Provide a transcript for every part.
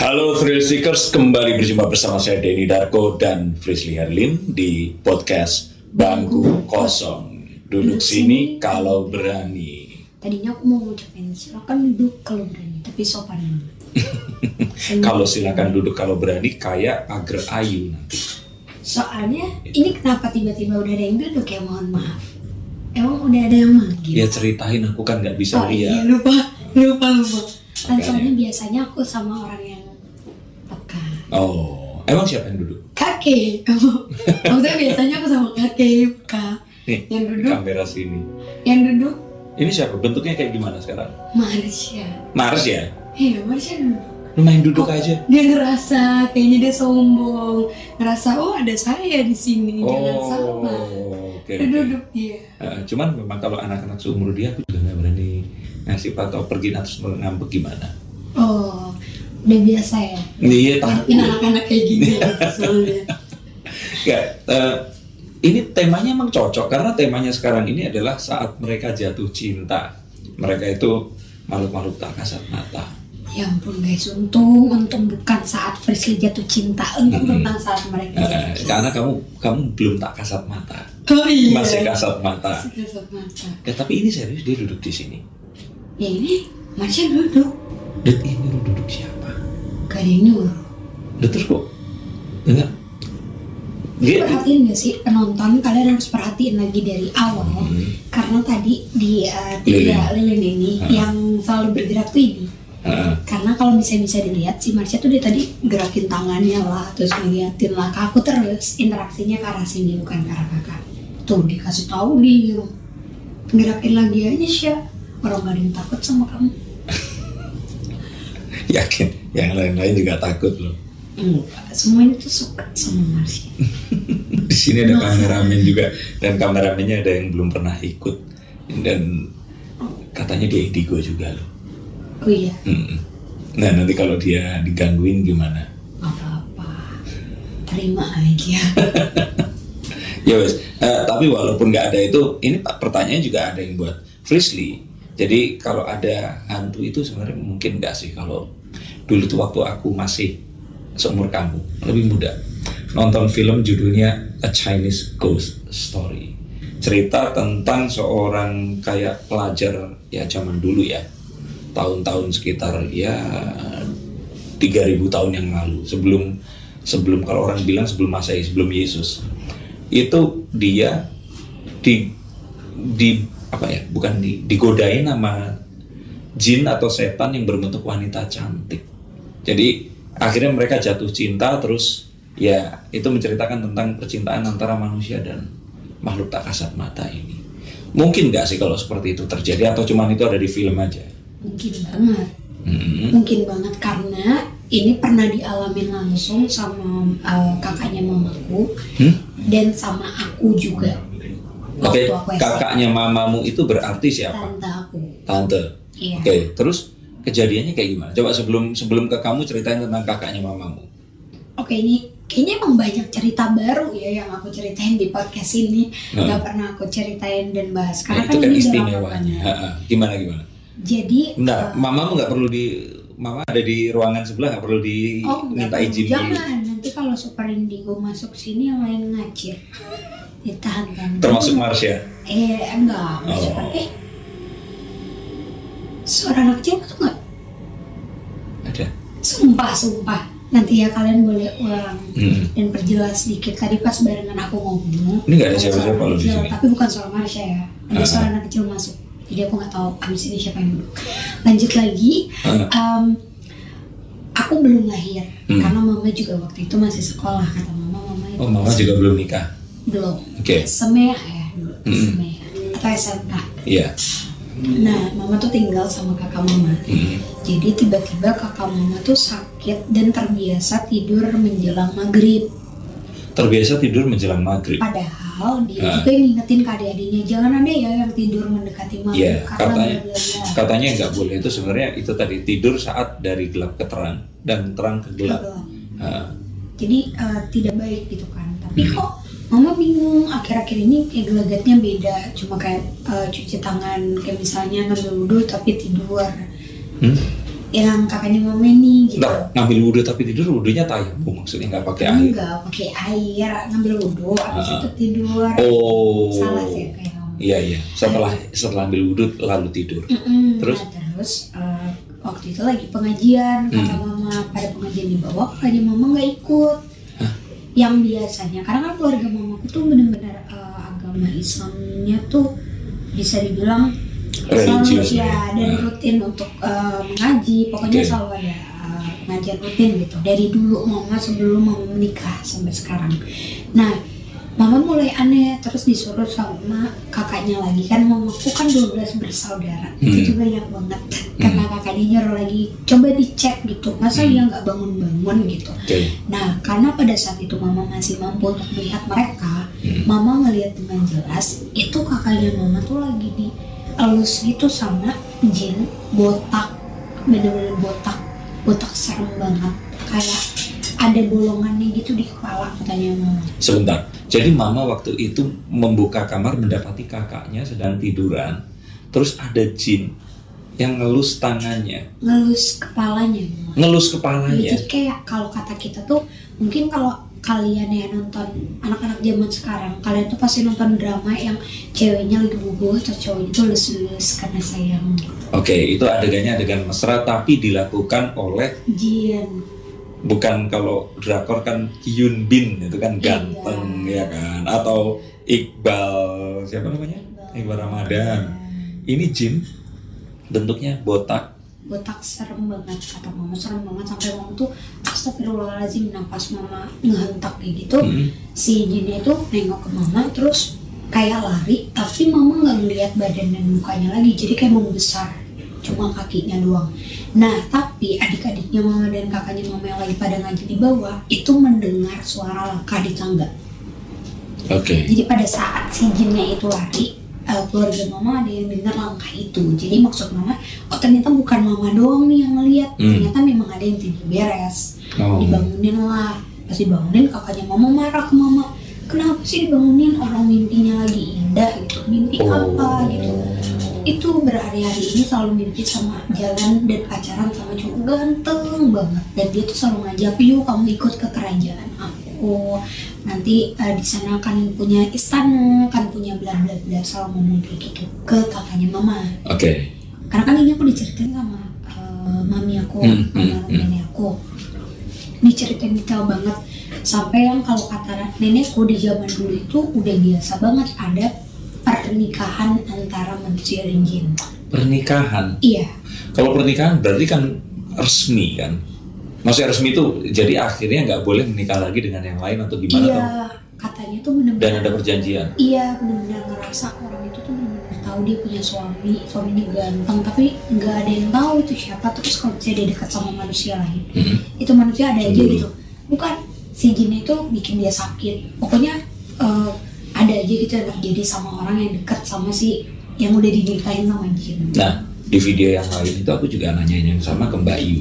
Halo Thrill Seekers, kembali berjumpa bersama saya Denny Darko dan Frisly Herlin di podcast Bangku Kosong. Duduk sini kalau berani. Tadinya aku mau ngucapin silakan duduk kalau berani, tapi sopan dulu. Kalau silakan duduk kalau berani kayak pagar ayu nanti. Soalnya ini kenapa tiba-tiba udah ada yang duduk ya, mohon maaf. Emang udah ada yang manggil? Ya ceritain, aku kan nggak bisa lihat. Iya, lupa. Kan soalnya biasanya aku sama orang yang peka. Oh, emang siapa yang duduk? Kakek. Maksudnya biasanya aku sama kakek peka. Nih, yang duduk. Kamera sini. Yang duduk. Ini siapa? Bentuknya kayak gimana sekarang? Marsha. Marsha? Iya, Marsha duduk. Lumayan duduk aja. Dia ngerasa kayaknya dia sombong, ngerasa ada saya di sini, jangan salah. Okay. Duduk dia. Cuman memang kalau anak-anak seumur dia aku juga nggak berani ngasih atau pergi terus ngambek gimana. Oh, udah biasa ya. Iya, takut. Anak-anak kayak gini soalnya. Ya, ini temanya emang cocok karena temanya sekarang ini adalah saat mereka jatuh cinta. Mereka itu makhluk-makhluk tak kasat mata. Ya ampun guys, untung bukan saat Frisly jatuh cinta, tentang saat mereka jatuh cinta. Karena kamu belum tak kasat mata. Oh iya. Masih kasat mata. Masih kasat mata. Ya tapi ini serius, dia duduk di sini. Ya ini Marsha duduk. Dan ini lu duduk siapa? Gak ada yang nyuruh. Udah terus kok? Enggak. Dia Perhatiin gak sih penonton, kalian harus perhatiin lagi dari awal. Karena tadi di lilin ini yang selalu bergerak tuh ini. Karena kalau bisa dilihat si Marsha tuh dia tadi gerakin tangannya lah, terus ngeliatin lah ke aku, terus interaksinya ke arah sini bukan ke arah kakak. Tuh dikasih tahu nih, gerakin lagi aja sih. Orang gak ada yang takut sama kamu. Yakin yang lain-lain juga takut loh. Enggak, semuanya tuh suka sama Marsha. Di sini ada kameramen juga, dan kameramennya ada yang belum pernah ikut dan katanya dia indigo juga loh. Oh iya. Nah nanti kalau dia digangguin gimana? Apa-apa, terima aja. Ya wes. Tapi walaupun nggak ada itu, ini pertanyaan juga ada yang buat Frisly. Jadi kalau ada hantu itu sebenarnya mungkin nggak sih, kalau dulu tuh waktu aku masih seumur kamu, lebih muda, nonton film judulnya A Chinese Ghost Story. Cerita tentang seorang kayak pelajar ya zaman dulu ya, tahun-tahun sekitar ya 3000 tahun yang lalu, sebelum kalau orang bilang sebelum Masehi, sebelum Yesus. Itu dia digodain sama jin atau setan yang berbentuk wanita cantik. Jadi akhirnya mereka jatuh cinta, terus ya itu menceritakan tentang percintaan antara manusia dan makhluk tak kasat mata ini. Mungkin nggak sih kalau seperti itu terjadi, atau cuman itu ada di film aja? Mungkin banget. Mungkin banget karena ini pernah dialamin langsung sama kakaknya mamaku dan sama aku juga. Oke, kakaknya mamamu itu berarti siapa? Tante aku. Tante. Iya. Oke, terus kejadiannya kayak gimana? Coba sebelum ke kamu ceritain tentang kakaknya mamamu. Oke, ini kayaknya emang banyak cerita baru ya yang aku ceritain di podcast ini. Gak pernah aku ceritain dan bahas. Karena itu kan ini istimewanya. Gimana? Jadi mamamu nggak perlu mama ada di ruangan sebelah, nggak perlu minta izin dulu. Jangan, nanti kalau Super Indigo masuk sini yang lain ngacir. Ditahan kan. Termasuk Marsha? Enggak, Super. Suara anak kecil tuh enggak? Ada. Sumpah. Nanti ya kalian boleh ulang dan perjelas sedikit. Tadi pas barengan aku ngomong. Ini nggak ada siapa-siapa loh di sini. Tapi bukan suara Marsha ya. Ada suara anak kecil masuk. Jadi aku nggak tahu abis ini siapa yang duduk. Lanjut lagi. Aku belum lahir karena mama juga waktu itu masih sekolah, kata mama itu. Oh, mama juga belum nikah? Belum. Oke. Semea ya dulu. Semea atau SMK. Iya. Nah, mama tuh tinggal sama kakak mama. Jadi tiba-tiba kakak mama tuh sakit dan terbiasa tidur menjelang maghrib. Terbiasa tidur menjelang maghrib. Padahal dia juga yang ngingetin ke adik-adiknya, jangan ada ya yang tidur mendekati maghrib. Iya, katanya nggak boleh. Itu sebenarnya itu tadi tidur saat dari gelap ke terang dan terang ke gelap. Jadi tidak baik gitu kan. Tapi kok mama bingung, akhir-akhir ini kayak gelagatnya beda. Cuma kayak cuci tangan, kayak misalnya ngambil wudhu tapi tidur. yang kakaknya mama nih gitu. Ntar, ngambil wudhu tapi tidur, wudhunya tayamum maksudnya nggak pakai air? Enggak pakai air, ngambil wudhu habis itu tidur. Salah sih kayak kamu. Iya. Setelah ambil wudhu lalu tidur. Terus? Nah, terus waktu itu lagi pengajian kata mama, pada pengajian di bawah kakaknya mama nggak ikut. Yang biasanya, karena kan keluarga mamaku tuh benar-benar agama Islamnya tuh bisa dibilang selalu ya dan rutin untuk mengaji, pokoknya selalu ada pengajian rutin gitu dari dulu mama sebelum mama menikah sampai sekarang. Nah mama mulai aneh, terus disuruh sama kakaknya lagi, kan mamaku kan 12 bersaudara, itu banyak banget karena kakaknya nyuruh lagi coba dicek gitu, masa dia nggak bangun-bangun gitu. Nah karena pada saat itu mama masih mampu untuk melihat mereka, mama ngelihat dengan jelas itu kakaknya mama tuh lagi di elus gitu sama jin botak, bener-bener botak serem banget, kayak ada bolongannya gitu di kepala katanya mama. Sebentar, jadi mama waktu itu membuka kamar mendapati kakaknya sedang tiduran, terus ada jin yang ngelus tangannya, ngelus kepalanya mama. Ngelus kepalanya. Jadi kayak kalau kata kita tuh mungkin kalau kalian ya nonton anak-anak zaman sekarang, kalian tuh pasti nonton drama yang ceweknya lagi bobo atau cowoknya tuh lus-lus karena sayang. Oke, itu adegan mesra tapi dilakukan oleh jin. Bukan kalau drakor kan Hyun Bin itu kan ganteng ya kan, atau Iqbal siapa namanya? Iqbal Ramadan. Ini jin bentuknya botak serem banget kata mama, serem banget sampai mama tuh astagfirullahaladzim. Nah pas mama ngehentak kayak gitu, si jinnya itu nengok ke mama terus kayak lari, tapi mama nggak ngeliat badan dan mukanya lagi, jadi kayak membesar, cuma kakinya doang. Nah tapi adik-adiknya mama dan kakaknya mama yang lagi pada ngaji di bawah itu mendengar suara langkah di tangga. Jadi pada saat si jinnya itu lari, keluarga mama ada yang dengar langkah itu. Jadi maksud mama, oh ternyata bukan mama doang nih yang ngeliat, ternyata memang ada yang tidak beres. Dibangunin lah, pas dibangunin kakaknya mama marah ke mama, kenapa sih dibangunin, orang mimpinya lagi indah gitu, mimpi apa gitu. Itu berhari-hari ini selalu mimpi sama jalan dan pacaran sama cowok ganteng banget, dan dia tuh selalu ngajak, yuk kamu ikut ke kerajaan aku, nanti di sana kan punya istana, kan punya bla bla bla, selalu ngomong kayak gitu ke kakaknya mama. Karena kan ini aku diceritain sama mami aku, sama nenek aku, diceritain detail banget sampai yang kalau kata nenekku di zaman dulu itu udah biasa banget ada pernikahan antara manusia dan jin. Pernikahan? Iya. Kalau pernikahan berarti kan resmi kan? Maksudnya resmi itu jadi akhirnya nggak boleh menikah lagi dengan yang lain atau gimana? Iya, katanya tuh benar-benar. Dan ada perjanjian? Iya, benar-benar ngerasa orang itu tuh benar-benar tahu dia punya suaminya ganteng, tapi nggak ada yang tahu itu siapa. Terus kalau dia dekat sama manusia lain, itu manusia ada aja gitu. Bukan si jin itu bikin dia sakit. Pokoknya ada aja gitu yang terjadi sama orang yang dekat sama si yang udah dinikahin sama jin. Nah, di video yang lain itu aku juga nanyain yang sama ke Mbak Yu.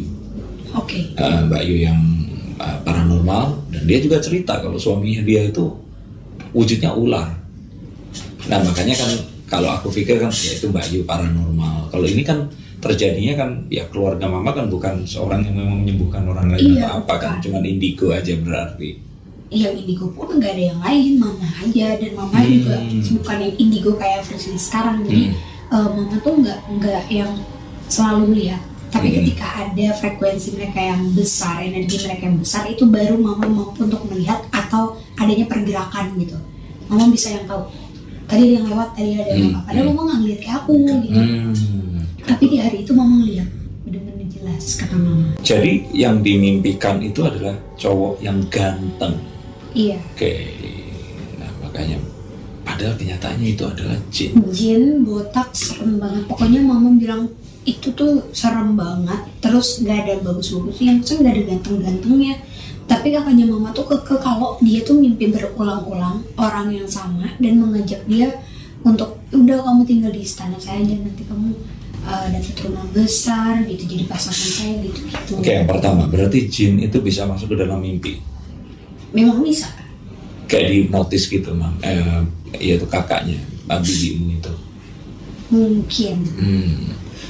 Mbak Yu yang paranormal, dan dia juga cerita kalau suaminya dia itu wujudnya ular. Nah, makanya kan kalau aku pikir kan ya itu Mbak Yu paranormal. Kalau ini kan terjadinya kan ya keluarga mama kan bukan seorang yang memang menyembuhkan orang lain atau apa kan, cuman indigo aja berarti. Yang indigo pun nggak ada yang lain, mama aja, dan mama juga bukan yang indigo kayak versi sekarang. Jadi mama tuh nggak yang selalu lihat, tapi ketika ada frekuensi mereka yang besar, energi mereka yang besar, itu baru mama mampu untuk melihat atau adanya pergerakan gitu. Mama bisa yang tahu tadi ada yang lewat, tadi ada yang apa. Padahal mama nggak ngeliat kayak aku gitu. Tapi di hari itu mama ngeliat bener-bener jelas kata mama. Jadi yang dimimpikan itu adalah cowok yang ganteng. Iya. Nah makanya padahal kenyataannya itu adalah jin. Jin botak serem banget. Pokoknya mama bilang itu tuh serem banget. Terus nggak ada bagus-bagusnya, maksudnya nggak ada ganteng-gantengnya. Tapi kakaknya mama tuh keke kalau dia tuh mimpi berulang-ulang orang yang sama dan mengajak dia untuk udah kamu tinggal di istana saya aja, nanti kamu dapat rumah besar gitu, jadi pasangan saya gitu. Yang pertama berarti jin itu bisa masuk ke dalam mimpi. Memang bisa. Kayak dihipnotis gitu, Mam. Yaitu kakaknya, bibimu itu. Mungkin. Nah,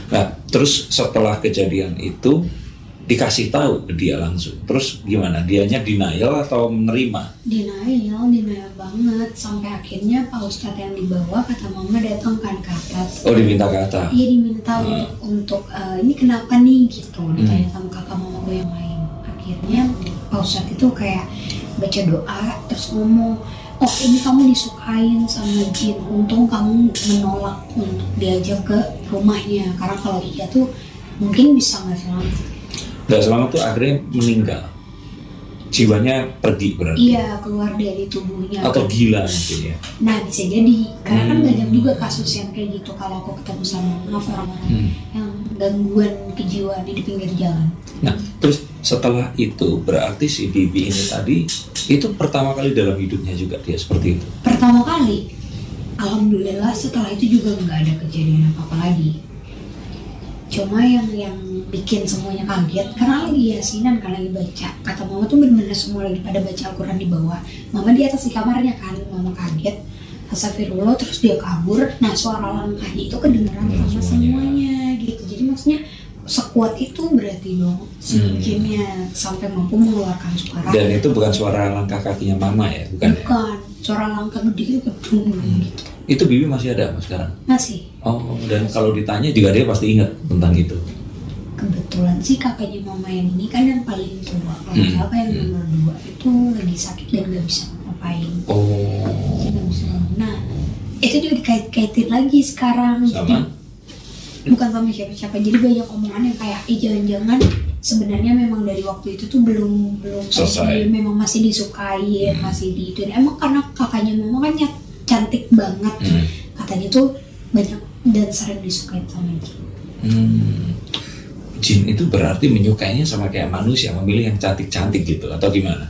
Terus setelah kejadian itu dikasih tahu ke dia langsung. Terus gimana? Dianya denial atau menerima? Denial banget. Sampai akhirnya Pak Ustadz yang dibawa, kata mama datang kan ke atas. Oh, diminta ke atas? Iya, diminta untuk ini kenapa nih gitu. Ditanya sama kakak mama gue yang lain. Akhirnya Pak Ustadz itu kayak baca doa terus ngomong, oh ini kamu disukain sama jin, untung kamu menolak untuk diajak ke rumahnya, karena kalau iya tuh mungkin bisa nggak selamat tuh akhirnya meninggal, jiwanya pergi berarti. Iya, keluar dari tubuhnya atau gila mungkin ya. Nah bisa jadi karena kan banyak juga kasus yang kayak gitu kalau aku ketemu sama orang-orang yang gangguan kejiwaan di pinggir jalan. Nah terus setelah itu berarti si Bibi ini tadi itu pertama kali dalam hidupnya juga dia seperti itu? Pertama kali. Alhamdulillah setelah itu juga nggak ada kejadian apa-apa lagi. Cuma yang bikin semuanya kaget karena lagi yasinan, kan lagi baca. Kata mama tuh bener-bener semua lagi pada baca Al-Quran di bawah. Mama di atas di kamarnya kan, mama kaget. Astagfirullah, terus dia kabur. Nah suara langkahnya itu kedengeran sama semuanya gitu. Jadi maksudnya sekuat itu berarti dong si jinnya sampai mampu mengeluarkan suara. Dan itu bukan suara langkah kakinya mama ya? Bukan ya? Suara langkah gede gedung gitu. Itu Bibi masih ada mas sekarang? Masih. Oh, dan kalau ditanya juga dia pasti ingat tentang itu. Kebetulan sih kakaknya mama yang ini kan yang paling tua. Kalau siapa yang nomor 2 itu lagi sakit dan gak bisa ngapain. Oh. Nah, itu juga dikait-kaitin lagi sekarang. Sama? Bukan sama siapa-siapa. Jadi banyak omongan yang kayak, jangan-jangan sebenarnya memang dari waktu itu tuh belum selesai. Memang masih disukai, masih di itu. Emang karena kakaknya mama kan cantik banget, katanya tuh banyak dan sering disukai sama jin. Jin itu berarti menyukainya sama kayak manusia, memilih yang cantik-cantik gitu atau gimana?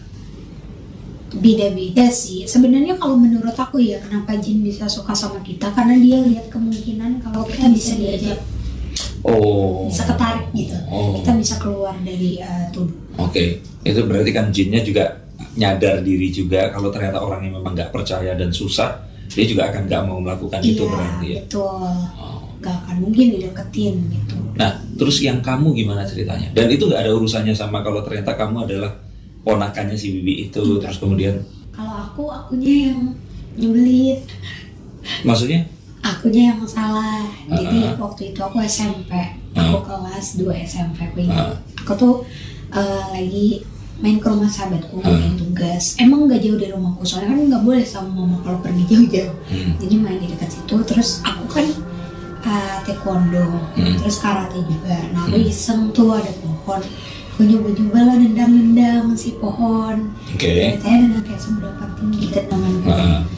Beda-beda sih. Sebenarnya kalau menurut aku ya, kenapa jin bisa suka sama kita? Karena dia lihat kemungkinan kalau kita bisa diajak, bisa ketarik gitu. Kita bisa keluar dari tubuh. Oke. Itu berarti kan jinnya juga nyadar diri juga kalau ternyata orang yang memang nggak percaya dan susah, dia juga akan nggak mau melakukan itu berarti ya. Betul. Nggak akan mungkin dideketin gitu. Nah, terus yang kamu gimana ceritanya? Dan itu nggak ada urusannya sama kalau ternyata kamu adalah ponakannya si Bibi itu, terus kemudian? Kalau akunya yang nyebelin. Maksudnya? Akunya yang salah. Jadi waktu itu aku SMP, aku kelas 2 SMP. Aku tuh lagi main ke rumah sahabatku, main tugas. Emang nggak jauh dari rumahku, soalnya kan nggak boleh sama mama kalau pergi jauh-jauh. Jadi main di dekat situ. Terus aku kan taekwondo, terus karate juga. Nah aku iseng tuh ada pohon, aku nyoba lah nendang si pohon. Saya dengan kayak seberapa tinggi tendanganku.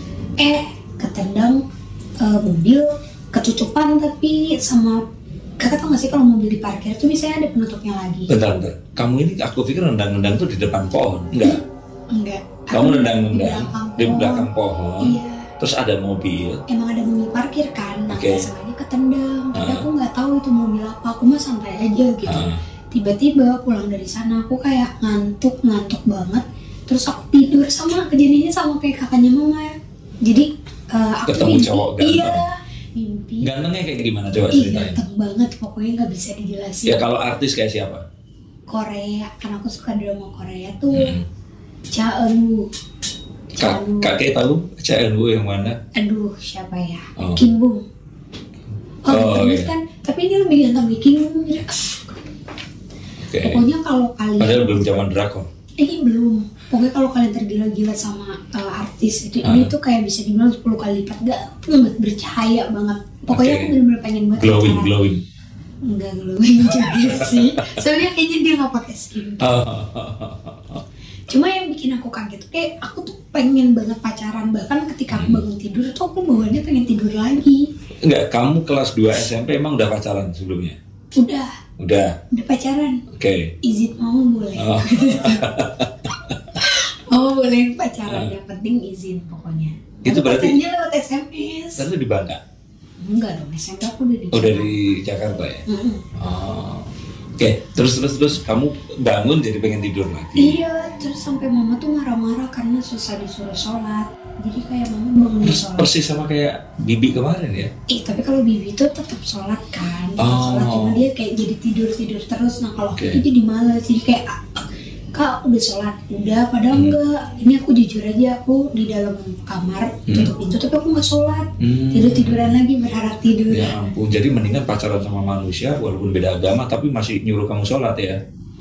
Ketendang mobil, ketutupan tapi sama. Kakak tau gak sih kalau mobil di parkir tuh biasanya ada penutupnya lagi. Bentar. Kamu ini aku pikir nendang-nendang tuh di depan pohon. Enggak. Kamu nendang-nendang di belakang pohon. Iya. Terus ada mobil. Emang ada mobil parkir kan. Nah sengaja ketendang. Tapi aku gak tahu itu mobil apa. Aku mah santai aja gitu. Tiba-tiba pulang dari sana aku kayak ngantuk banget. Terus aku tidur sama kejadiannya sama kayak kakaknya mama. Jadi aku ketemu cowok ganteng. Iya. Mimpi. Gantengnya kayak gimana coba ceritain? Ganteng banget, pokoknya nggak bisa dijelasin. Ya kalau artis kayak siapa? Korea, karena aku suka drama Korea tuh. Cha Eun-woo. Kakek tahu Cha Eun-woo yang mana? Aduh, siapa ya? Kim Bum. Kan, tapi ini lebih ganteng dari Kim Bum. Pokoknya kalau kalian. Padahal belum zaman drakor. Belum. Pokoknya kalau kalian tergila-gila sama artis itu, ini tuh kayak bisa dibilang 10 kali lipat, nggak bercahaya banget. Pokoknya aku bener-bener pengen banget. Glowing. Enggak glowing juga sih. Soalnya kayaknya dia nggak pakai skin. Cuma yang bikin aku kaget kayak aku tuh pengen banget pacaran, bahkan ketika aku bangun tidur tuh aku bawaannya pengen tidur lagi. Enggak, kamu kelas 2 SMP emang udah pacaran sebelumnya? Udah pacaran. Oke. Izin mau boleh. Boleh pacaran, yang penting izin pokoknya. Itu berarti pacarnya lewat SMS. Lalu di Bangka? Enggak dong, SMP aku udah di Jakarta. Udah di Jakarta ya? Oke, terus kamu bangun jadi pengen tidur lagi? Iya, terus sampai mama tuh marah-marah karena susah disuruh sholat. Jadi kayak mama bangun sholat. Persis sama kayak Bibi kemarin ya. Tapi kalau Bibi itu tetap sholat kan, sholat, cuma dia kayak jadi tidur terus. Nah kalau aku tuh jadi malas, jadi kayak Kak udah sholat, udah, padahal enggak. Ini aku jujur aja, aku di dalam kamar tutup pintu tapi aku nggak sholat, tiduran lagi berharap tidur. Ya ampun, jadi mendingan pacaran sama manusia walaupun beda agama tapi masih nyuruh kamu sholat ya.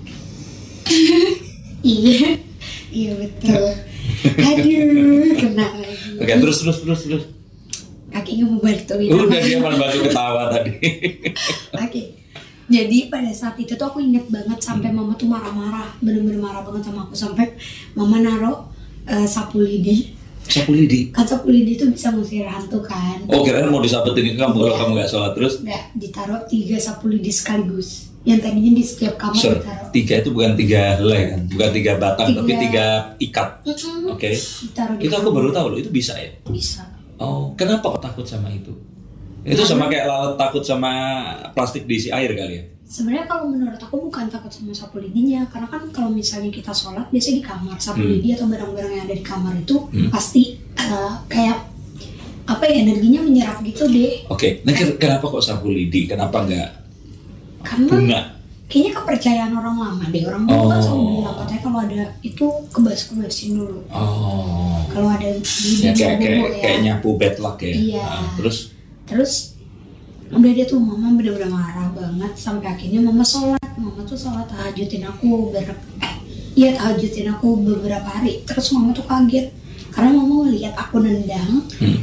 Iya betul. Aduh, kena lagi. Oke, terus. Kakinya mau bantuin. Udah, dia malah bantu ketawa tadi. Oke. Jadi pada saat itu tuh aku inget banget sampai mama tuh marah-marah, bener-bener marah banget sama aku, sampai mama naruh sapu lidi. Sapu lidi? Kan sapu lidi tuh bisa ngusir hantu kan. Oh, kirain mau disapetin kamu kalau kamu gak sholat terus? Enggak, ditaruh 3 sapu lidi sekaligus. Yang tadinya di setiap kamar ditaruh. 3 itu bukan 3 helai kan? Bukan 3 batang, tapi 3 ikat. Oke. Itu aku baru tahu loh, itu bisa ya? Bisa. Oh, kenapa kok takut sama itu? Itu sama kayak lalat takut sama plastik diisi air kali ya? Sebenarnya kalau menurut aku bukan takut sama sapu lidinya, karena kan kalau misalnya kita sholat biasanya di kamar, sapu lidi atau barang-barang yang ada di kamar itu pasti kayak apa ya, energinya menyerap gitu deh. Oke. Nah kenapa kok sapu lidi? Kenapa enggak karena bunga? Kayaknya kepercayaan orang lama deh, orang dulu kan selalu bilang katanya kalau ada itu kebas-kebasin dulu. Kalau ada ya, kayak nyapu bad luck ya. Iya. Nah, terus udah dia tuh mama bener-bener marah banget sampai akhirnya mama tuh sholat tahajudin aku tahajudin aku beberapa hari. Terus mama tuh kaget karena mama ngeliat aku nendang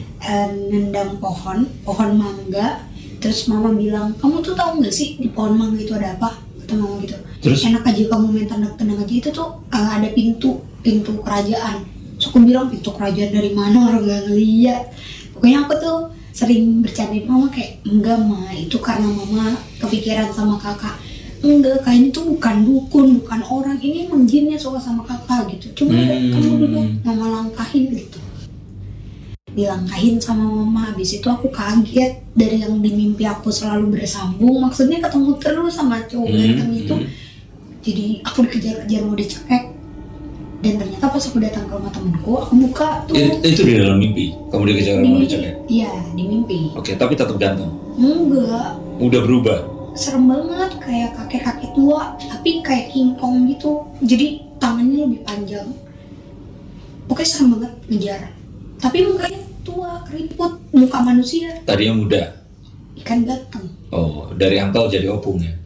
pohon mangga. Terus mama bilang, kamu tuh tahu nggak sih di pohon mangga itu ada apa? Kata mama gitu. Terus? Enak aja kamu main tendang aja, itu tuh ada pintu kerajaan. So aku bilang, pintu kerajaan dari mana, orang nggak ngeliat. Pokoknya aku tuh sering bercandain mama kayak, enggak ma, itu karena mama kepikiran sama kakak. Enggak, kayak ini tuh bukan dukun, bukan orang, ini emang jinnya suka sama kakak gitu. Coba kamu dulu mama langkahin gitu. Dilangkahin sama mama. Habis itu aku kaget, dari yang di mimpi aku selalu bersambung, maksudnya ketemu terus sama cowok ganteng itu. Jadi aku dikejar-kejar mau dicekek. Dan ternyata pas aku datang ke rumah temanku, aku buka tuh. Itu di dalam mimpi? Kamu dikejar mau dicekek? Iya, di mimpi. Oke, tapi tetap ganteng? Enggak. Udah berubah? Serem banget, kayak kakek-kakek tua, tapi kayak King Kong gitu. Jadi tangannya lebih panjang. Pokoknya serem banget ngejar. Tapi mukanya tua, keriput, muka manusia. Tadinya muda? Ikan ganteng. Oh, dari angkel jadi opung ya?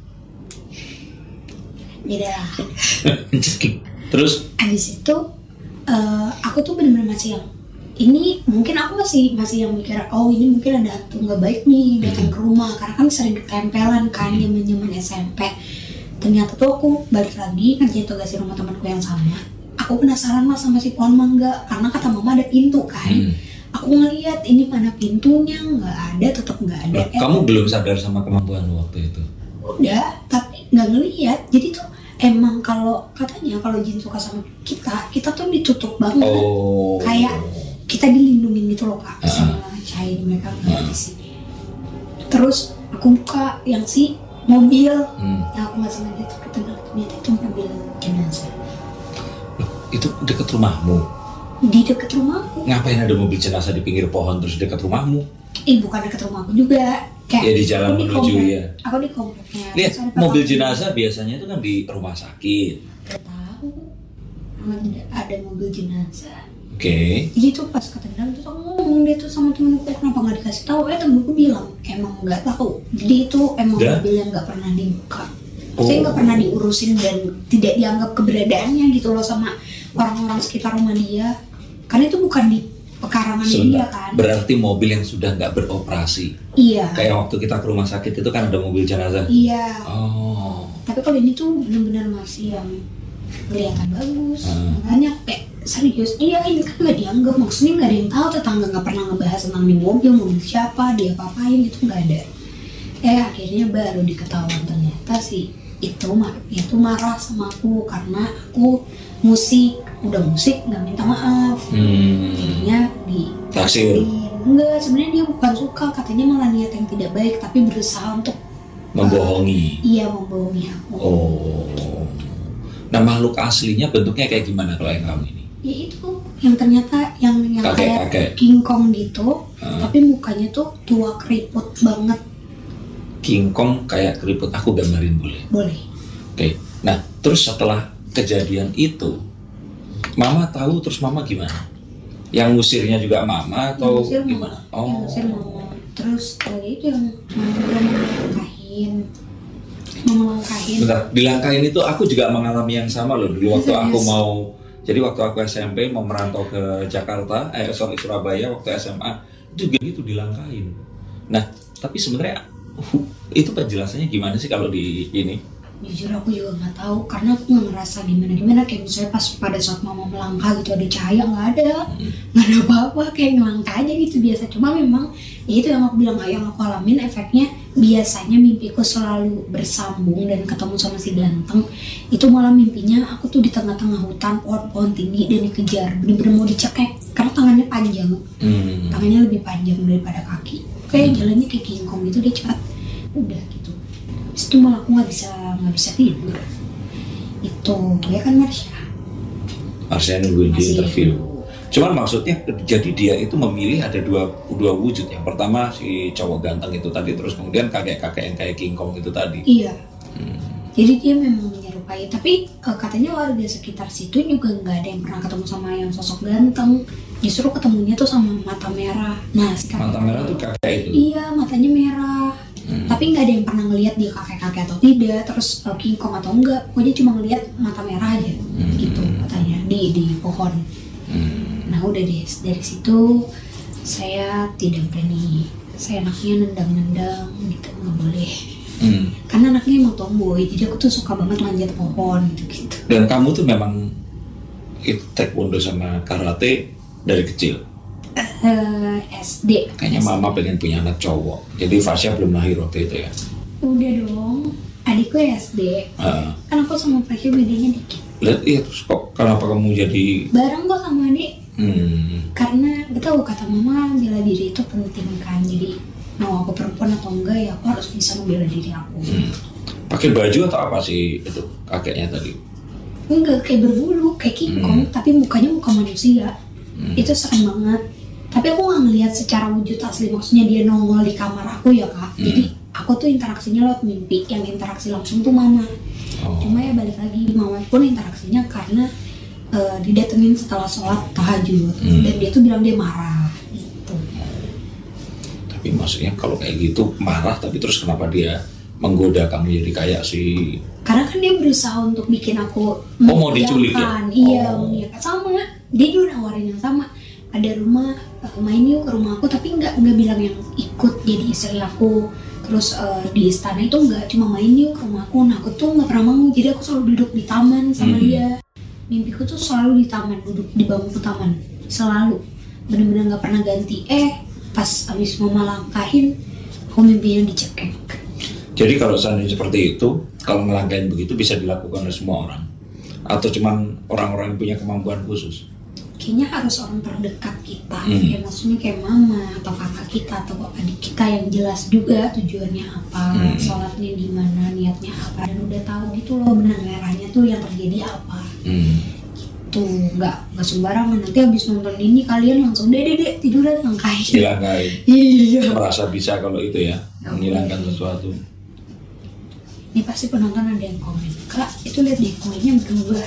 Beda. Terus? Abis itu aku tuh bener-bener masih yang ini, mungkin aku masih yang mikir, oh ini mungkin ada hantu nggak baik nih datang ke rumah, karena kan sering ketempelan kan zaman SMP. Ternyata tuh aku balik lagi ngerjain tugas di rumah temanku yang sama. Aku penasaran lah sama si pohon mangga, karena kata mama ada pintu kan. Aku ngeliat ini mana pintunya, nggak ada, tetap nggak ada. Kamu belum sadar sama kemampuan waktu itu? Udah, tapi nggak ngeliat. Jadi tuh emang kalau katanya kalau jin suka sama kita tuh ditutup banget. Kayak kita dilindungin gitu loh kak, sama cahaya mereka nggak di sini. Terus aku buka yang si mobil, aku masih ngeliat ternyata itu mobil jenazah. Itu dekat rumahmu? Di dekat rumahku. Ngapain ada mobil jenazah di pinggir pohon terus dekat rumahmu? Bukan dekat rumahku juga. Kayak ya di jalan menuju ya. Aku di kompleknya. Lihat, mobil jenazah biasanya itu kan di rumah sakit. Gak tahu. Ada mobil jenazah. Oke. Jadi tuh pas ketendang tuh aku ngomong dia tuh sama temenku, kenapa nggak dikasih tahu? Temenku bilang emang nggak tahu. Jadi itu emang mobil yang nggak pernah dibuka. Maksudnya nggak pernah diurusin dan tidak dianggap keberadaannya gitu loh sama orang-orang sekitar rumah dia. Karena itu bukan di pekarangan dia kan. Berarti mobil yang sudah nggak beroperasi. Iya. Kayak waktu kita ke rumah sakit itu kan ada mobil jenazah. Iya. Oh. Tapi kalau ini tuh benar-benar masih yang kelihatan bagus. Makanya kayak serius, iya ini kan nggak dianggap, maksudnya nggak ada yang tahu, tetangga nggak pernah ngebahas tentang ini mobil siapa, dia apa-apain gitu, nggak ada. Akhirnya baru diketahuan ternyata sih itu marah sama aku karena aku udah musik nggak minta maaf. Jadinya taksir. Enggak, sebenarnya dia bukan suka, katanya malah niat yang tidak baik tapi berusaha untuk membohongi. Iya, membohongi aku. Oh. Nah, makhluk aslinya bentuknya kayak gimana kalau yang kamu ini? Ya itu yang ternyata yang kayak King Kong gitu, tapi mukanya tuh tua keriput banget. King Kong kayak keriput, aku gambarin boleh? Boleh. Oke. Nah, terus setelah kejadian itu, Mama tahu, terus Mama gimana? Yang ngusirnya juga Mama atau gimana? Yang ngusir Mama. Terus itu yang melangkahin. Bentar, dilangkahin itu aku juga mengalami yang sama loh. Dulu waktu aku waktu aku SMP mau merantau ke Jakarta, Surabaya waktu SMA, itu juga gitu dilangkahin. Nah, tapi sebenarnya itu penjelasannya gimana sih kalau di ini? Jujur aku juga nggak tahu, karena aku nggak ngerasa gimana kayak misalnya pas pada saat Mama melangkah gitu ada cahaya, nggak ada apa-apa, kayak ngelangkah aja gitu biasa. Cuma memang ya itu yang aku bilang, yang aku alamin efeknya biasanya mimpiku selalu bersambung dan ketemu sama si ganteng. Itu malah mimpinya aku tuh di tengah-tengah hutan, pohon-pohon tinggi dan dikejar, bener-bener mau dicekek karena tangannya panjang, tangannya lebih panjang daripada kaki, kayak jalannya kayak King Kong gitu, dia cepat, udah gitu. Itu malah aku nggak bisa tidur. Itu ya kan Marsha nungguin di interview. Cuman maksudnya jadi dia itu memilih ada dua wujud. Yang pertama si cowok ganteng itu tadi, terus kemudian kakek-kakek yang kayak King Kong itu tadi. Iya. Jadi dia memang menyerupai, tapi katanya warga sekitar situ juga nggak ada yang pernah ketemu sama yang sosok ganteng. Justru ketemunya tuh sama mata merah. Nah, mata merah tuh kakek itu. Iya, matanya merah. Tapi nggak ada yang pernah ngelihat dia kakek-kakek atau tidak, terus King Kong atau enggak, pokoknya cuma ngelihat mata merah aja, gitu katanya di pohon. Nah udah deh, dari situ saya tidak berani, saya anaknya nendang-nendang gitu, nggak boleh. Karena anaknya emang tomboy, jadi aku tuh suka banget manjat pohon gitu. Dan kamu tuh memang taekwondo sama karate dari kecil? SD. Kayaknya Mama pengen punya anak cowok. Jadi Fasya belum lahir waktu itu ya? Udah dong. Adikku SD. Kan aku sama Fasya bedanya dikit. Lihat, iya, terus kok kenapa kamu jadi bareng kok sama adik? Karena gak tahu, kata Mama bela diri itu penting kan. Jadi mau aku perempuan atau enggak ya aku harus bisa membela diri aku. Pakai baju atau apa sih itu kakeknya tadi? Enggak, kayak berbulu, kayak King Kong, tapi mukanya muka manusia. Itu serem banget. Tapi aku nggak ngelihat secara wujud asli, maksudnya dia nongol di kamar aku ya kak. Jadi aku tuh interaksinya lewat mimpi, yang interaksi langsung tuh Mama. Cuma ya balik lagi, Mama pun interaksinya karena didatengin setelah sholat tahajud, dan dia tuh bilang dia marah gitu. Tapi maksudnya kalau kayak gitu marah, tapi terus kenapa dia menggoda kamu jadi kayak si? Karena kan dia berusaha untuk bikin aku mau diculik ya? Iya, sama. Dia juga nawarin yang sama. Ada rumah, main yuk ke rumah aku, tapi nggak bilang yang ikut jadi istri aku. Terus di istana itu nggak, cuma main yuk ke rumah aku. Nah aku tuh nggak pernah mau, jadi aku selalu duduk di taman sama dia. Mimpiku tuh selalu di taman, duduk di bangku taman, selalu, bener-bener nggak pernah ganti. Pas abis Mama langkahin, aku mimpinya dicekek. Jadi kalau seandainya seperti itu, kalau ngelangkahin begitu bisa dilakukan oleh semua orang, atau cuman orang-orang yang punya kemampuan khusus? Kayaknya harus orang terdekat kita, ya maksudnya kayak Mama atau kakak kita atau adik kita yang jelas juga tujuannya apa, sholatnya di mana, niatnya apa, dan udah tahu gitu loh benang merahnya tuh yang terjadi apa. Gitu, nggak sembarangan. Nanti habis nonton ini kalian langsung deh tiduran langkahin. Dilangkahin. Iya. Merasa bisa kalau itu ya, menghilangkan sesuatu. Ini pasti penonton ada yang komen, Kak itu lihat deh kuenya berubah.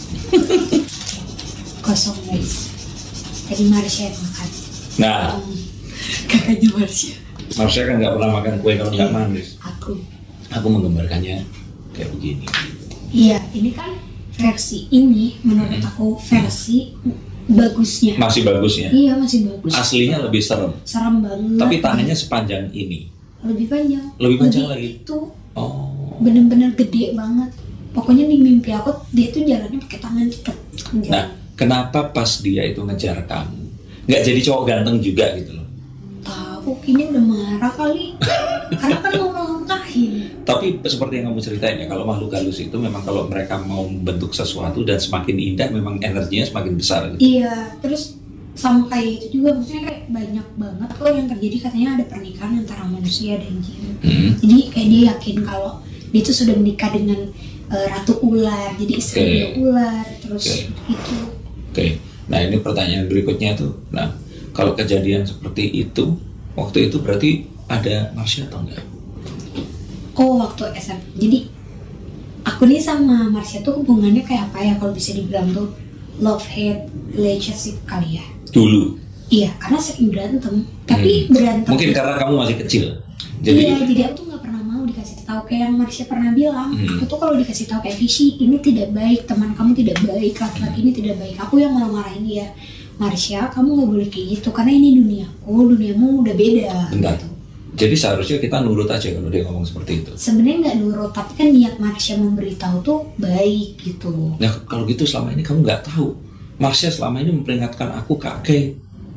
Kosong guys. Tadi Marsha yang makan. Nah, kakaknya Marsha kan nggak pernah makan kue kalau nggak manis. Aku menggambarkannya kayak begini. Iya, ini kan versi ini menurut aku versi bagusnya. Masih bagusnya. Iya, masih bagus. Aslinya lebih serem. Serem banget. Tapi tangannya sepanjang ini. Lebih panjang. Lebih panjang lagi. Itu. Oh. Bener-bener gede banget. Pokoknya di mimpi aku dia tuh jalannya pakai tangan cepet. Nah, kenapa pas dia itu ngejar kamu nggak jadi cowok ganteng juga gitu loh? Tahu, kini udah marah kali. Karena kan mau melangkahin. Tapi seperti yang kamu ceritain ya, kalau makhluk halus itu memang kalau mereka mau membentuk sesuatu dan semakin indah, memang energinya semakin besar gitu. Iya, terus sama kayak itu juga, maksudnya kayak banyak banget kok yang terjadi, katanya ada pernikahan antara manusia dan jin. Jadi kayak dia yakin kalau dia tuh sudah menikah dengan ratu ular, jadi istrinya ular, terus gitu. Nah ini pertanyaan berikutnya tuh. Nah kalau kejadian seperti itu waktu itu berarti ada Marsha atau enggak? Oh waktu SMP. Jadi aku nih sama Marsha tuh hubungannya kayak apa ya, kalau bisa dibilang tuh love hate relationship kali ya. Dulu. Iya, karena sering berantem. Tapi berantem. Mungkin karena kamu masih kecil. Iya, jadi aku tuh nggak pernah mau dikasih tahu, kayak yang Marsha pernah bilang. Aku tuh kalau dikasih tahu kayak Vishi, ini tidak baik, teman kamu tidak baik, laki-laki ini tidak baik. Aku yang marah-marahin dia. Marsha, kamu nggak boleh kayak gitu karena ini duniaku, duniamu udah beda. Bentar. Gitu. Jadi seharusnya kita nurut aja kalau dia ngomong seperti itu. Sebenarnya nggak nurut, tapi kan niat Marsha memberitahu tuh baik gitu. Nah kalau gitu selama ini kamu nggak tahu. Marsha selama ini memperingatkan aku kakek.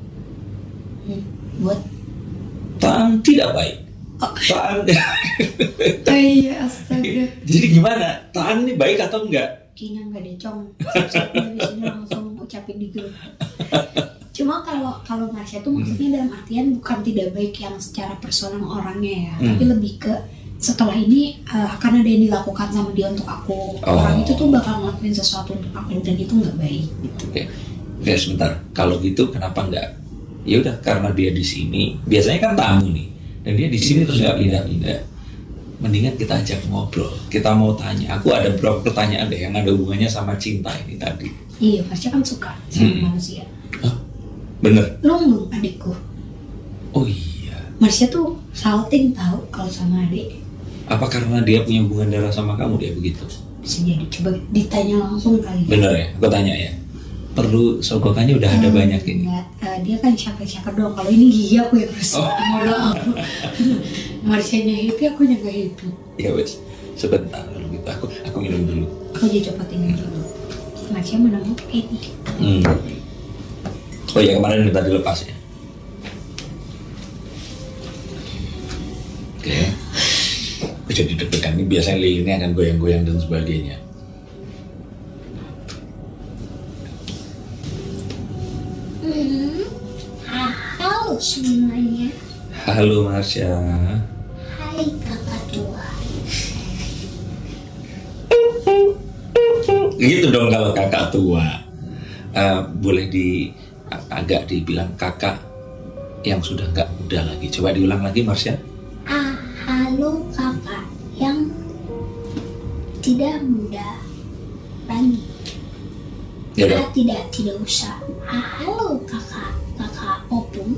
Buat Taan tidak baik. Taan. iya, astaga. Jadi gimana? Taan ini baik atau enggak? Kayaknya enggak deh, Cong. Biasanya langsung ucapin di grup. Cuma kalau Marsha tuh maksudnya dalam artian bukan tidak baik yang secara personal orangnya ya, tapi lebih ke setelah ini akan ada yang dilakukan sama dia untuk aku. Orang itu tuh bakal ngelakuin sesuatu untuk aku dan itu nggak baik. Gitu. Oke, sebentar. Kalau gitu kenapa enggak? Ya udah, karena dia di sini. Biasanya kan tamu nih, dan dia di sini terus nggak pindah-pindah. Mendingan kita ajak ngobrol. Kita mau tanya. Aku ada beberapa pertanyaan deh yang ada hubungannya sama cinta ini tadi. Iya, Marsha kan suka sama manusia. Bener. Lunglung adikku. Oh iya. Marsha tuh salting tahu kalau sama adik. Apa karena dia punya hubungan darah sama kamu dia begitu? Bisa jadi. Coba ditanya langsung kali. Bener ya? Aku tanya ya. Perlu sogokannya udah ada banyak ini. Enggak, dia kan siapa dong. Kalau ini gigi aku yang harus modal aku. Marsha-nya happy, aku juga happy. Ya wes, sebentar kalau gitu. Aku minum dulu. Aku jadi copotin dulu. Marsha mana mau pakai ini? Oh ya, kemarin udah dilepas ya. Oke. Aku jadi deg-degan. Ini biasanya lilinnya akan goyang-goyang dan sebagainya. Halo semuanya. Halo Marsha. Hai kakak tua. Gitu dong kalau kakak tua. Boleh agak dibilang kakak yang sudah nggak muda lagi. Coba diulang lagi Marsha. Halo kakak yang tidak muda lagi. Ya, tidak usah. Halo kakak Opung.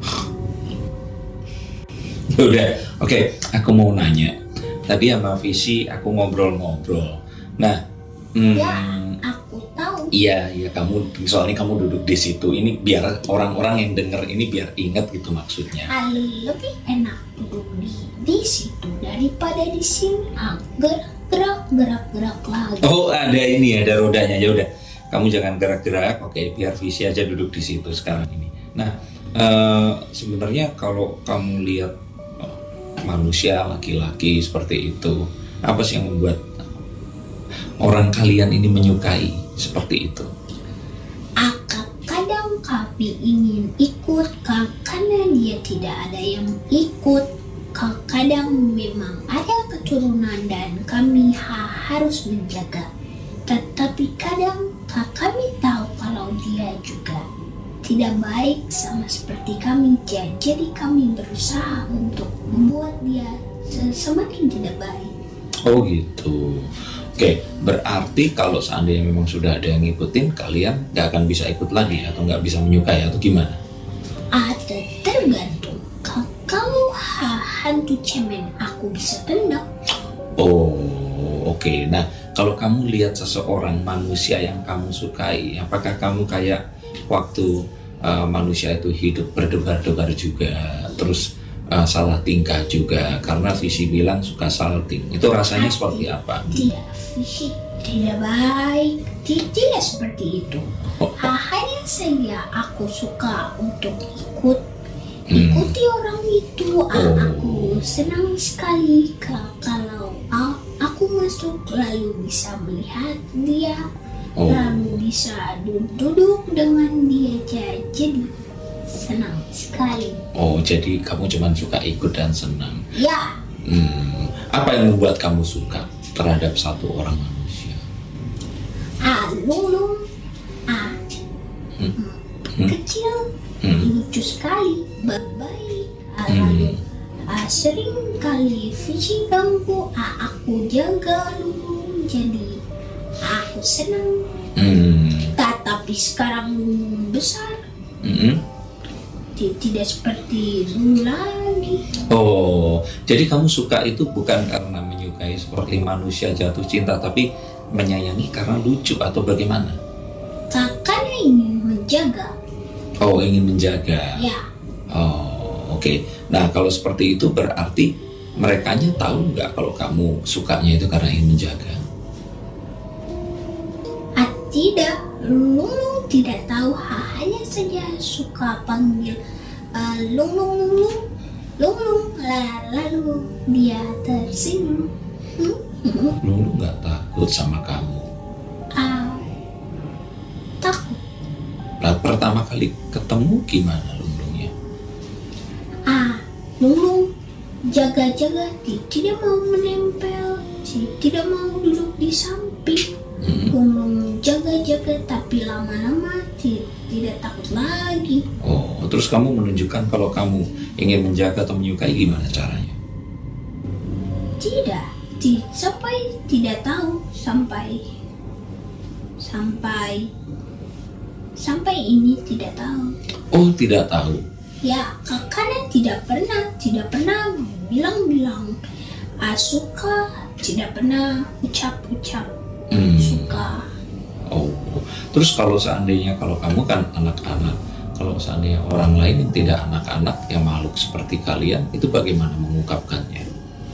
Udah, oke. Aku mau nanya. Tadi sama Visi aku ngobrol-ngobrol. Nah, ya aku tahu. Iya, soalnya kamu duduk di situ. Ini biar orang-orang yang denger ini biar ingat gitu maksudnya. Lebih enak duduk di situ daripada di sini. Gerak lagi. Oh, ada ini, ada rodanya. Ya udah, kamu jangan gerak-gerak. Oke, biar Visi aja duduk di situ sekarang ini. Nah, sebenarnya kalau kamu lihat manusia laki-laki seperti itu, apa sih yang membuat orang kalian ini menyukai seperti itu? Kadang kami ingin ikut karena dia tidak ada yang ikut. Kadang memang ada keturunan dan kami harus menjaga. Tetapi kadang kami tahu kalau dia juga tidak baik sama seperti kami. Jadi kami berusaha untuk membuat dia semakin tidak baik. Oh gitu. Oke, berarti kalau seandainya memang sudah ada yang ngikutin, kalian nggak akan bisa ikut lagi atau nggak bisa menyukai atau gimana? Tergantung. Kalau hantu cemen aku bisa tendang. Oh, oke. Nah, kalau kamu lihat seseorang manusia yang kamu sukai, apakah kamu kayak waktu manusia itu hidup berdebar-debar juga, terus salah tingkah juga, karena Visi bilang suka salting. Itu rasanya seperti apa? Tidak, Visi tidak baik. Tidak seperti itu. Hanya saja aku suka untuk ikuti orang itu. Aku senang sekali kalau aku masuk lalu bisa melihat dia, lalu bisa duduk dengan dia, jadi senang sekali. Oh, jadi kamu cuma suka ikut dan senang? Ya. Apa yang membuat kamu suka terhadap satu orang manusia? Lulung. Kecil, lucu sekali, baik. Lalu sering kali Fishy ganggu, aku jaga Lulung, jadi aku senang. Tetapi sekarang Lulung besar, tidak seperti dulu lagi. Oh, jadi kamu suka itu bukan karena menyukai seperti manusia jatuh cinta, tapi menyayangi karena lucu atau bagaimana? Kakaknya ingin menjaga. Oh, ingin menjaga. Ya. Oh, oke. Nah, kalau seperti itu berarti merekanya tahu nggak kalau kamu sukanya itu karena ingin menjaga? Tidak, Lulung tidak tahu, hanya saja suka panggil Lulung, lalu dia tersenyum. Lulu nggak takut sama kamu? Takut. Nah, pertama kali ketemu gimana Lulungnya? Lulung jaga-jaga, tidak mau menempel, tidak mau duduk di samping. Lulung jaga-jaga, tapi lama-lama tidak takut lagi. Oh, terus kamu menunjukkan kalau kamu ingin menjaga atau menyukai, gimana caranya? Sampai tidak tahu, sampai ini tidak tahu. Oh, tidak tahu. Ya, kakaknya tidak pernah bilang suka, tidak pernah ucap suka. Oh, terus kalau seandainya kalau kamu kan anak-anak, kalau seandainya orang lain yang tidak anak-anak, yang makhluk seperti kalian, itu bagaimana mengungkapkannya?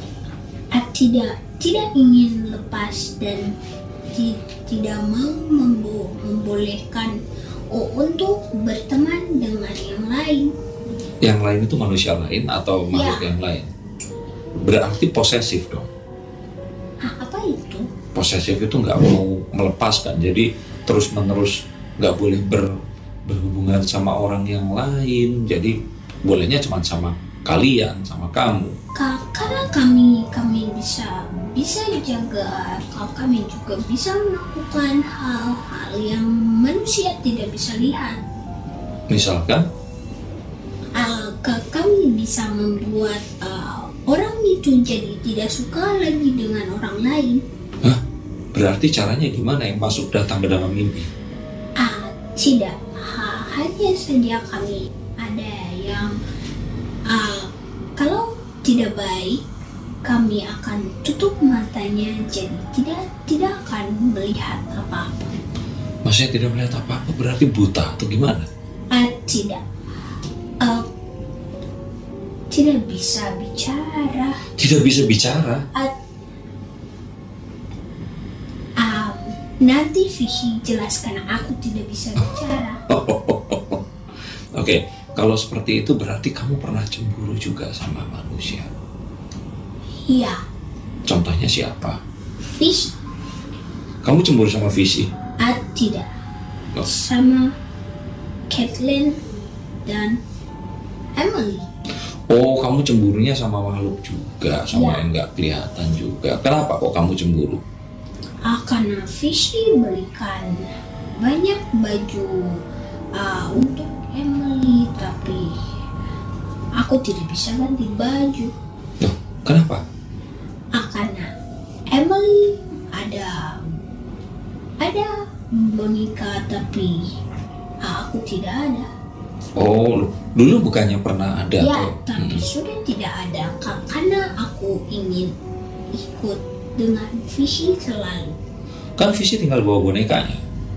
Tidak ingin lepas dan tidak mau membolehkan untuk berteman dengan yang lain. Yang lain itu manusia lain atau makhluk yang lain? Berarti posesif dong. Apa itu? Posesif itu nggak mau melepaskan, jadi terus-menerus nggak boleh berhubungan sama orang yang lain, jadi bolehnya cuma sama kalian, sama kamu. Karena kami bisa jaga, kami juga bisa melakukan hal-hal yang manusia tidak bisa lihat. Misalkan? Kami bisa membuat orang itu jadi tidak suka lagi dengan orang lain. Hah? Berarti caranya gimana yang masuk datang ke dalam mimpi? Tidak, hanya saja kami ada yang kalau tidak baik, kami akan tutup matanya, jadi tidak akan melihat apa-apa. Maksudnya tidak melihat apa-apa berarti buta atau gimana? Tidak. Tidak bisa bicara. Tidak bisa bicara? Nanti Fishy jelaskan, aku tidak bisa bicara. Oke, kalau seperti itu berarti kamu pernah cemburu juga sama manusia? Iya. Contohnya siapa? Fishy. Kamu cemburu sama Fishy? Tidak. Sama Caitlin dan Emily. Oh, kamu cemburunya sama makhluk juga, sama yang nggak kelihatan juga. Kenapa kok kamu cemburu? Karena Fishy belikan banyak baju untuk Emily, tapi aku tidak bisa ganti baju. Loh, kenapa? Karena Emily ada boneka, tapi aku tidak ada. Oh, dulu bukannya pernah ada? Ya, tapi sudah tidak ada karena aku ingin ikut dengan Fishy selalu. Kan Fishy tinggal bawa bonekanya.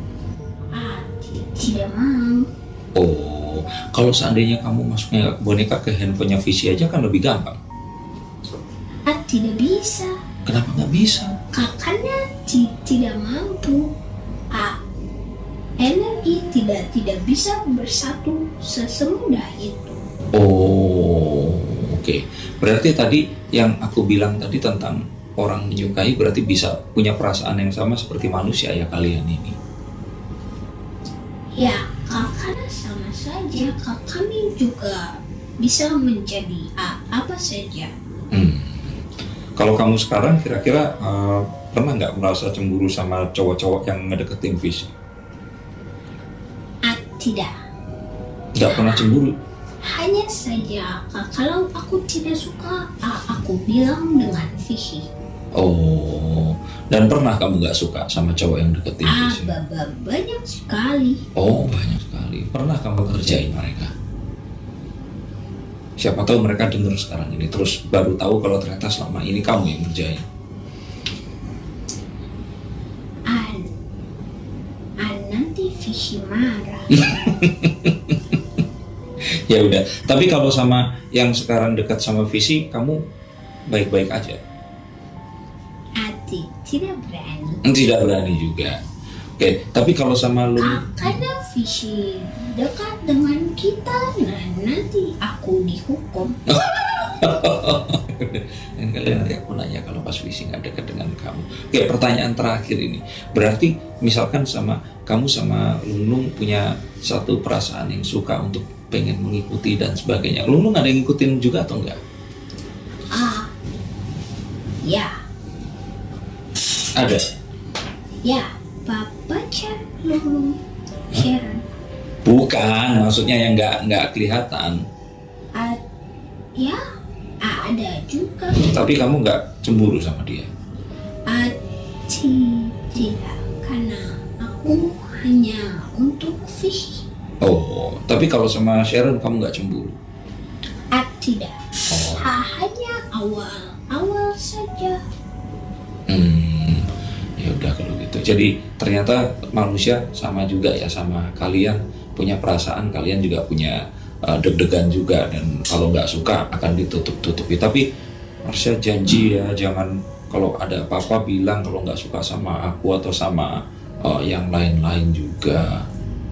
Tidak mau. Oh, kalau seandainya kamu masuknya ke boneka ke handphonenya Fishy aja kan lebih gampang. Tidak bisa. Kenapa nggak bisa? Karena tidak mampu. Energi tidak bisa bersatu sesemudah itu. Oh, oke. Berarti tadi yang aku bilang tadi tentang orang menyukai berarti bisa punya perasaan yang sama seperti manusia ya kalian ini. Ya, karena sama saja, kami juga bisa menjadi apa saja. Kalau kamu sekarang kira-kira pernah nggak merasa cemburu sama cowok-cowok yang ngedeketin Fishy? Tidak. Nggak pernah cemburu? Hanya saja kalau aku tidak suka, aku bilang dengan Vicky. Oh, dan pernah kamu nggak suka sama cowok yang deketin Vicky? Banyak sekali. Oh, banyak sekali. Pernah kamu kerjain mereka? Siapa tahu mereka dengar sekarang ini terus baru tahu kalau ternyata selama ini kamu yang ngerjain. Nanti Vicky marah. Ya udah, tapi kalau sama yang sekarang dekat sama Visi, kamu baik-baik aja? Tidak berani. Tidak berani juga. Oke, tapi kalau sama lu? Karena Visi dekat dengan kita, nanti aku dihukum. Dan kalian nanti aku nanya kalau pas Visi nggak dekat dengan kamu. Oke, pertanyaan terakhir ini. Berarti misalkan kamu sama Lunglung punya satu perasaan yang suka untuk pengen mengikuti dan sebagainya. Lunglung ada yang ngikutin juga atau enggak? Ya. Ada? Ya, Papa Lunglung Sharon. Bukan, maksudnya yang nggak kelihatan. Ya, ada juga. Tapi kamu nggak cemburu sama dia? Tidak, karena aku hanya untuk Vicky. Oh, tapi kalau sama Sharon kamu nggak cemburu? Tidak. Hanya awal saja. Ya udah kalau gitu. Jadi ternyata manusia sama juga ya, sama kalian punya perasaan, kalian juga punya deg-degan juga, dan kalau nggak suka akan ditutup-tutupi. Tapi Marsha janji ya, jangan kalau ada apa-apa bilang kalau nggak suka sama aku atau sama yang lain-lain juga.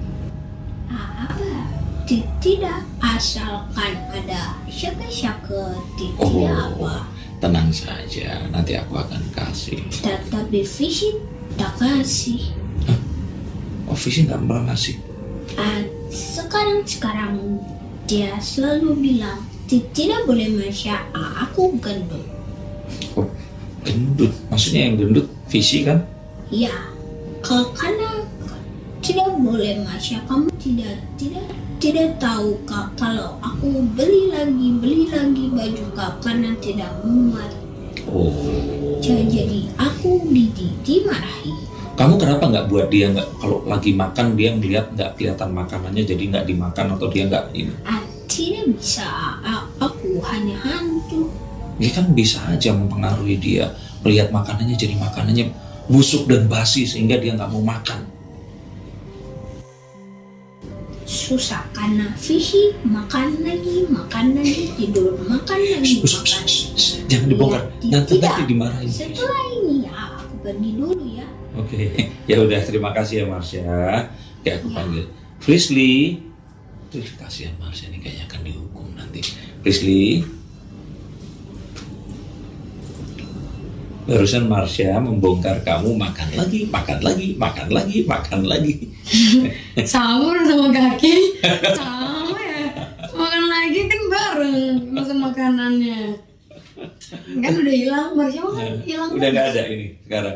Tidak, asalkan ada syaka-syaka, tidak apa. Tenang saja, nanti aku akan kasih. Tapi Vicky tak kasih. Oh, Vicky nggak pernah ngasih? Sekarang dia selalu bilang tidak boleh Marsha, aku gendut. Oh, gendut? Maksudnya yang gendut Vicky kan? Ya, karena tidak boleh Marsha, kamu tidak tahu kalau aku beli lagi baju karena tidak muat. Oh. Jadi aku dimarahi. Kamu kenapa nggak buat dia nggak, kalau lagi makan dia ngeliat nggak kelihatan makanannya jadi nggak dimakan, atau dia nggak ini? Tidak bisa, aku hanya hantu. Dia kan bisa aja mempengaruhi dia, melihat makanannya jadi makanannya busuk dan basi sehingga dia nggak mau makan. Susah karena Vicky makan lagi, tidur, makan lagi. Jangan dibongkar, nanti dimarahin. Setelah ini ya aku pergi dulu ya. Oke, ya udah, terima kasih ya Marsha. Kayak aku panggil Frisley. Kasihan Marsha ini kayaknya akan dihukum nanti. Frisley. Barusan Marsha membongkar kamu makan lagi. Sama sama kaki. Sama ya. Makan lagi kan bareng masa makanannya. Kan udah hilang, Marsha kan hilang. Udah nggak ada ini sekarang.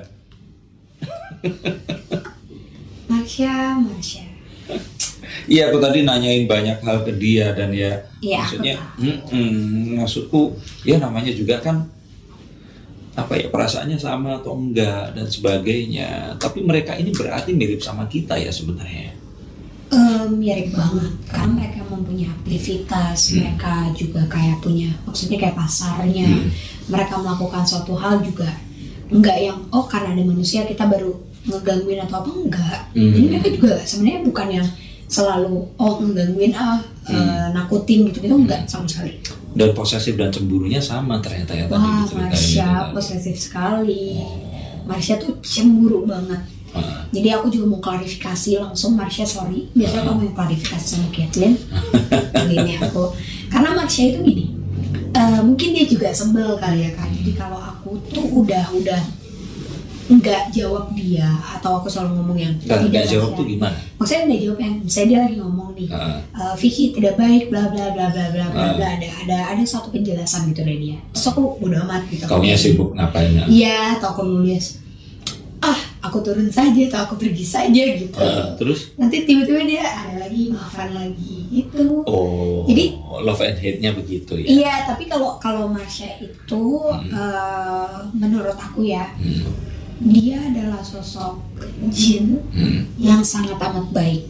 Marsha. Iya, aku tadi nanyain banyak hal ke dia dan ya maksudnya, maksudku ya namanya juga kan apa ya, perasaannya sama atau enggak dan sebagainya. Tapi mereka ini berarti mirip sama kita ya sebenarnya. Mirip banget karena mereka mempunyai aktivitas, mereka juga kayak punya, maksudnya kayak pasarnya. Mereka melakukan suatu hal juga enggak yang karena ada manusia kita baru ngegangguin atau apa, enggak. Jadi mereka juga sebenarnya bukan yang selalu ngegangguin nakutin gitu enggak sama sekali. Dan posesif dan cemburunya sama ternyata ya tadi diceritain. Marsha posesif sekali. Marsha tuh cemburu banget. Jadi aku juga mau klarifikasi langsung, Marsha sorry. Biasanya kamu yang klarifikasi sama Kathleen. Gini aku, karena Marsha itu gini. Mungkin dia juga sebel kali ya kan. Jadi kalau aku tuh udah nggak jawab dia, atau aku selalu ngomong yang nggak jawab tuh gimana? Maksudnya nggak jawab yang misalnya dia lagi ngomong nih, Vicky tidak baik, bla bla bla bla bla bla, ada satu penjelasan gitu dari dia. Terus aku udah amat gitu. Kaunya sibuk ngapain? Iya, atau aku nulis, aku turun saja atau aku pergi saja gitu. Terus nanti tiba-tiba dia ada lagi, maafan lagi gitu. Jadi love and hate-nya begitu ya. Iya, tapi kalau Marsha itu menurut aku ya, dia adalah sosok jin yang sangat amat baik.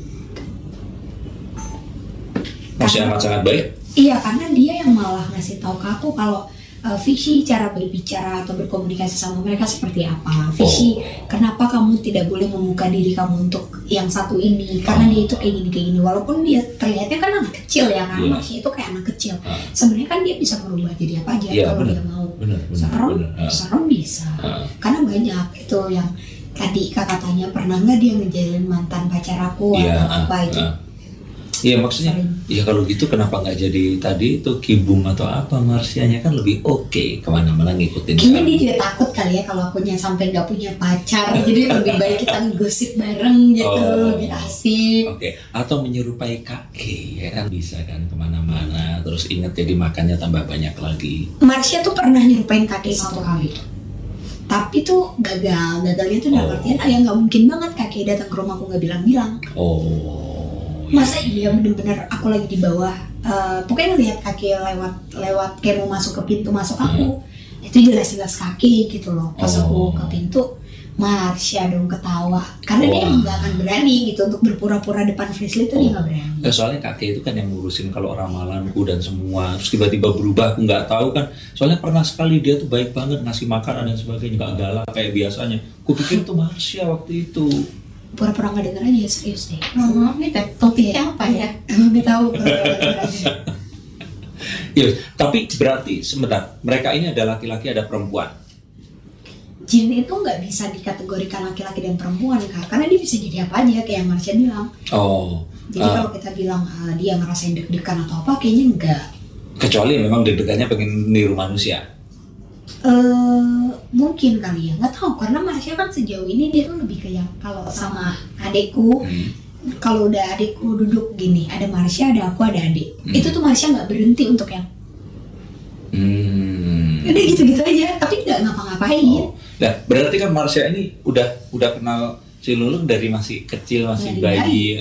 Maksudnya amat sangat baik? Iya, karena dia yang malah ngasih tahu ke aku kalau Visi cara berbicara atau berkomunikasi sama mereka seperti apa. Visi, kenapa kamu tidak boleh membuka diri kamu untuk yang satu ini? Karena dia itu kayak gini. Walaupun dia terlihatnya kan anak kecil ya kan, Marsha itu kayak anak kecil. Sebenarnya kan dia bisa merubah jadi apa aja kalau dia mau. Serem bisa. Karena banyak itu yang tadi kakak tanya, pernah nggak dia ngejalin mantan pacar aku atau apa itu? Iya maksudnya, ya kalau gitu kenapa nggak jadi tadi itu kibung atau apa, Marsianya kan lebih oke kemana-mana ngikutin. Kayaknya dia juga takut kali ya kalau akunya sampai nggak punya pacar, jadi lebih baik kita ngegosip bareng gitu, lebih asik. Atau menyerupai kakek ya kan, bisa kan kemana-mana, terus inget jadi makannya tambah banyak lagi. Marsha tuh pernah nyerupain kakek satu kali, tapi tuh gagalnya tuh dalam artian nggak mungkin banget kakek datang ke rumahku nggak bilang-bilang. Masa iya bener-bener aku lagi di bawah, pokoknya ngeliat kaki lewat kayak mau masuk ke pintu masuk aku, itu jelas-jelas kaki gitu loh. Pas aku ke pintu, Marsha dong ketawa, karena dia emang gak akan berani gitu untuk berpura-pura depan Frisley, itu dia gak berani. Soalnya kakek itu kan yang ngurusin kalau ramalanku dan semua, terus tiba-tiba berubah, aku nggak tahu kan. Soalnya pernah sekali dia tuh baik banget ngasih makanan dan sebagainya, nggak galak kayak biasanya. Ku pikir tuh Marsha waktu itu. Pura-pura nggak dengar aja, serius deh. Ini topiknya apa ya? Nggak tahu. Ya, tapi berarti sebentar, mereka ini ada laki-laki, ada perempuan. Jin itu nggak bisa dikategorikan laki-laki dan perempuan Kak, karena dia bisa jadi apa aja kayak yang Marsha bilang. Jadi kalau kita bilang dia ngerasain deg-degan atau apa, kayaknya enggak. Kecuali memang deg-degannya pengen niru manusia. Mungkin kali ya, nggak tahu, karena Marsha kan sejauh ini dia tuh lebih kayak kalau sama adekku, kalau udah adekku duduk gini, ada Marsha, ada aku, ada adik, itu tuh Marsha nggak berhenti untuk yang udah gitu-gitu aja, tapi nggak ngapa-ngapain. Nah, berarti kan Marsha ini udah kenal si Lulung dari masih kecil, masih bayi.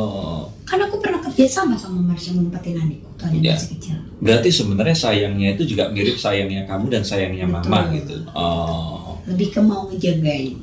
Kan aku pernah kerja sama Marsha ngumpetin adikku tadi masih kecil. Berarti sebenarnya sayangnya itu juga mirip sayangnya kamu dan sayangnya mama gitu. Lebih ke mau ngejagain.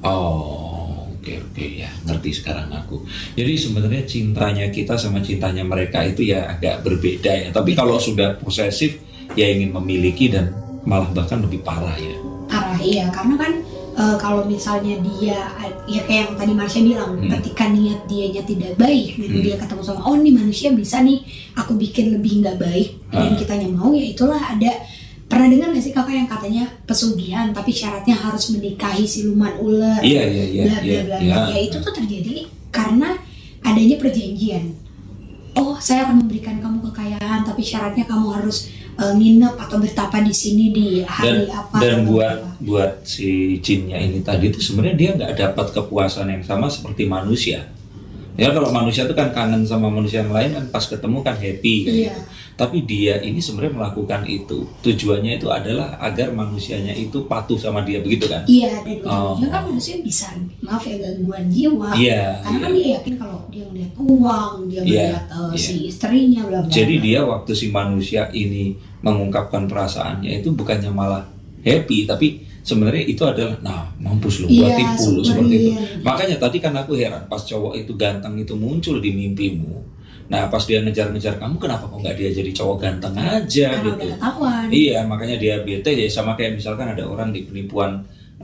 Oke, ya ngerti sekarang aku. Jadi sebenarnya cintanya kita sama cintanya mereka itu ya agak berbeda ya. Tapi kalau sudah posesif ya ingin memiliki dan malah bahkan lebih parah ya. Parah iya, karena kan kalau misalnya dia ya kayak yang tadi Marsha bilang, ketika niat dianya tidak baik gitu, dia ketemu sama nih manusia bisa nih aku bikin lebih nggak baik dan kitanya mau, ya itulah ada. Pernah dengar nggak sih kakak yang katanya pesugihan tapi syaratnya harus menikahi siluman ular, bla bla bla. Ya itu tuh terjadi karena adanya perjanjian. Saya akan memberikan kamu kekayaan tapi syaratnya kamu harus nginep atau bertapa di sini di hari apa. Dan buat si jinnya ini tadi itu sebenarnya dia nggak dapat kepuasan yang sama seperti manusia. Ya kalau manusia itu kan kangen sama manusia yang lain kan, pas ketemu kan happy kan. Tapi dia ini sebenarnya melakukan itu tujuannya itu adalah agar manusianya itu patuh sama dia, begitu kan? Iya, dan ujungnya kan manusia bisa, maaf ya, gangguan jiwa. Karena kan dia yakin kalau dia melihat uang, dia melihat si istrinya, bla bla. Jadi dia waktu si manusia ini mengungkapkan perasaannya itu bukannya malah happy, tapi sebenarnya itu adalah mampus lu, gua tipu lu seperti itu. Makanya tadi kan aku heran pas cowok itu ganteng itu muncul di mimpimu. Nah pas dia ngejar-ngejar kamu, kenapa kok nggak dia jadi cowok ganteng aja karena gitu? Udah ketahuan. Iya, makanya dia bete ya, sama kayak misalkan ada orang di penipuan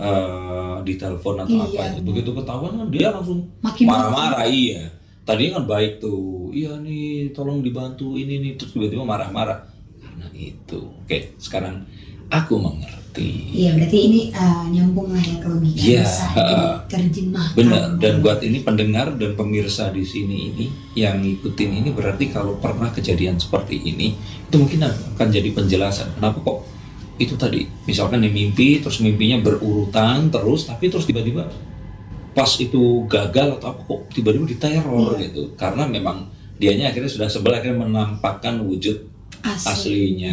di telepon atau apa, begitu ketahuan kan dia langsung marah-marah. Iya, tadinya kan baik tuh, iya nih tolong dibantu ini nih, terus tiba-tiba marah-marah karena itu. Oke, sekarang aku mengerti. Iya, berarti ini nyambung lah ya ke logika, bisa diterjemahkan. Benar, dan buat ini pendengar dan pemirsa di sini ini yang ngikutin ini, berarti kalau pernah kejadian seperti ini, itu mungkin akan jadi penjelasan kenapa kok itu tadi, misalkan di mimpi, terus mimpinya berurutan terus, tapi terus tiba-tiba pas itu gagal atau apa kok tiba-tiba diteror gitu, karena memang dianya akhirnya sudah sebel, akhirnya menampakkan wujud aslinya.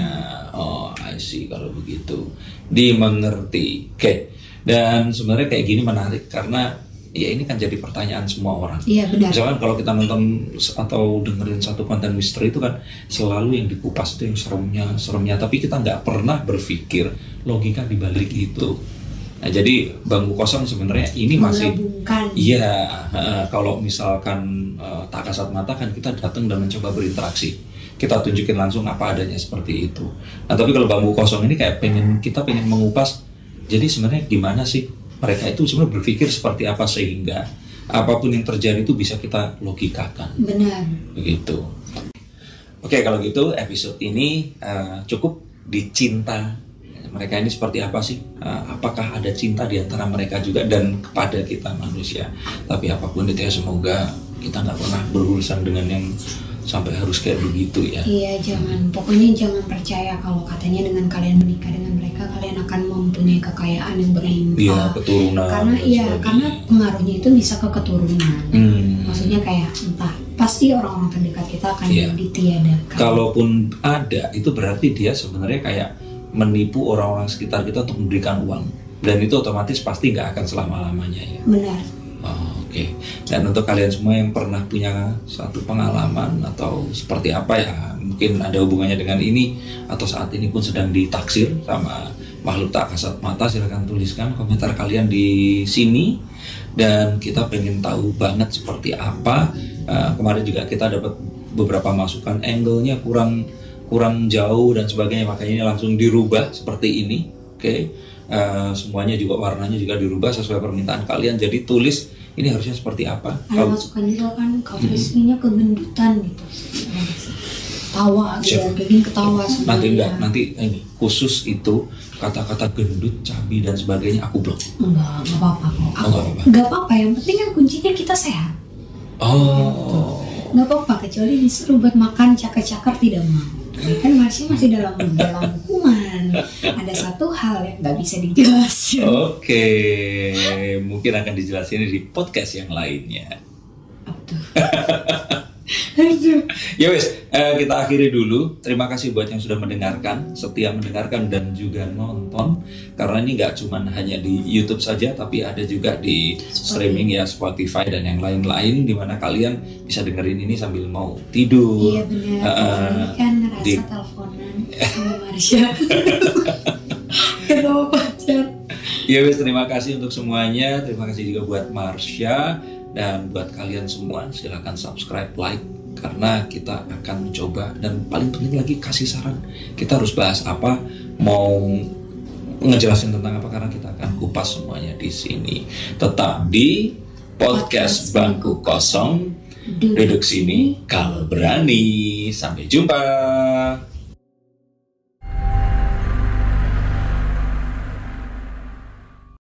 I see, kalau begitu dimengerti. Oke. Dan sebenarnya kayak gini menarik karena Ya ini kan jadi pertanyaan semua orang. Iya benar. Misalkan kalau kita nonton atau dengerin satu konten misteri itu kan selalu yang dikupas itu yang seremnya, tapi kita nggak pernah berpikir logika di balik itu. Nah jadi bangku kosong sebenarnya ini masih, iya kalau misalkan tak kasat mata kan kita datang dan mencoba berinteraksi, kita tunjukin langsung apa adanya seperti itu. Nah tapi kalau bangku kosong ini kayak kita pengen mengupas, jadi sebenarnya gimana sih mereka itu sebenarnya berpikir seperti apa sehingga apapun yang terjadi itu bisa kita logikakan. Benar. Begitu. Oke, kalau gitu episode ini cukup dicinta. Mereka ini seperti apa sih? Apakah ada cinta di antara mereka juga dan kepada kita manusia? Tapi apapun itu ya semoga kita nggak pernah berurusan dengan yang sampai harus kayak begitu ya. Iya, pokoknya jangan percaya kalau katanya dengan kalian menikah dengan mereka kalian akan mempunyai kekayaan yang berlimpah. Iya, keturunan. Karena pengaruhnya itu bisa ke keturunan. Maksudnya kayak entah pasti orang-orang terdekat kita akan ditiadakan. Kalaupun ada, itu berarti dia sebenarnya kayak menipu orang-orang sekitar kita untuk memberikan uang, dan itu otomatis pasti nggak akan selama-lamanya ya. Benar. Oke. Dan untuk kalian semua yang pernah punya satu pengalaman atau seperti apa ya, mungkin ada hubungannya dengan ini atau saat ini pun sedang ditaksir sama makhluk tak kasat mata, silakan tuliskan komentar kalian di sini dan kita pengen tahu banget seperti apa. Kemarin juga kita dapat beberapa masukan, angle-nya kurang jauh dan sebagainya, makanya ini langsung dirubah seperti ini. Oke. Semuanya juga warnanya juga dirubah sesuai permintaan kalian. Jadi tulis ini harusnya seperti apa. Ada masukan juga kan kalau tulisnya kegendutan gitu. Tawa gitu, bikin ketawa semuanya. Nanti ini khusus itu kata-kata gendut, cabi dan sebagainya aku blok. Enggak apa-apa kok. Enggak apa-apa, yang penting kan kuncinya kita sehat. Enggak apa-apa, kecuali disuruh buat makan cakar-cakar tidak mau. Kan masih dalam hukuman. Ada satu hal yang nggak bisa dijelasin. Oke, mungkin akan dijelasin di podcast yang lainnya. Ya wes, kita akhiri dulu. Terima kasih buat yang sudah mendengarkan, setia mendengarkan dan juga nonton. Karena ini nggak cuma hanya di YouTube saja, tapi ada juga di streaming ya, Spotify dan yang lain-lain, di mana kalian bisa dengerin ini sambil mau tidur. Iya benar. Kan ngerasa teleponan sama Marsha. Ketemu pacar. Ya wes, terima kasih untuk semuanya. Terima kasih juga buat Marsha. Dan buat kalian semua silakan subscribe, like, karena kita akan mencoba dan paling penting lagi kasih saran. Kita harus bahas apa, mau ngejelasin tentang apa, karena kita akan kupas semuanya di sini. Tetap di podcast Bangku Kosong. Duduk sini kalau berani. Sampai jumpa.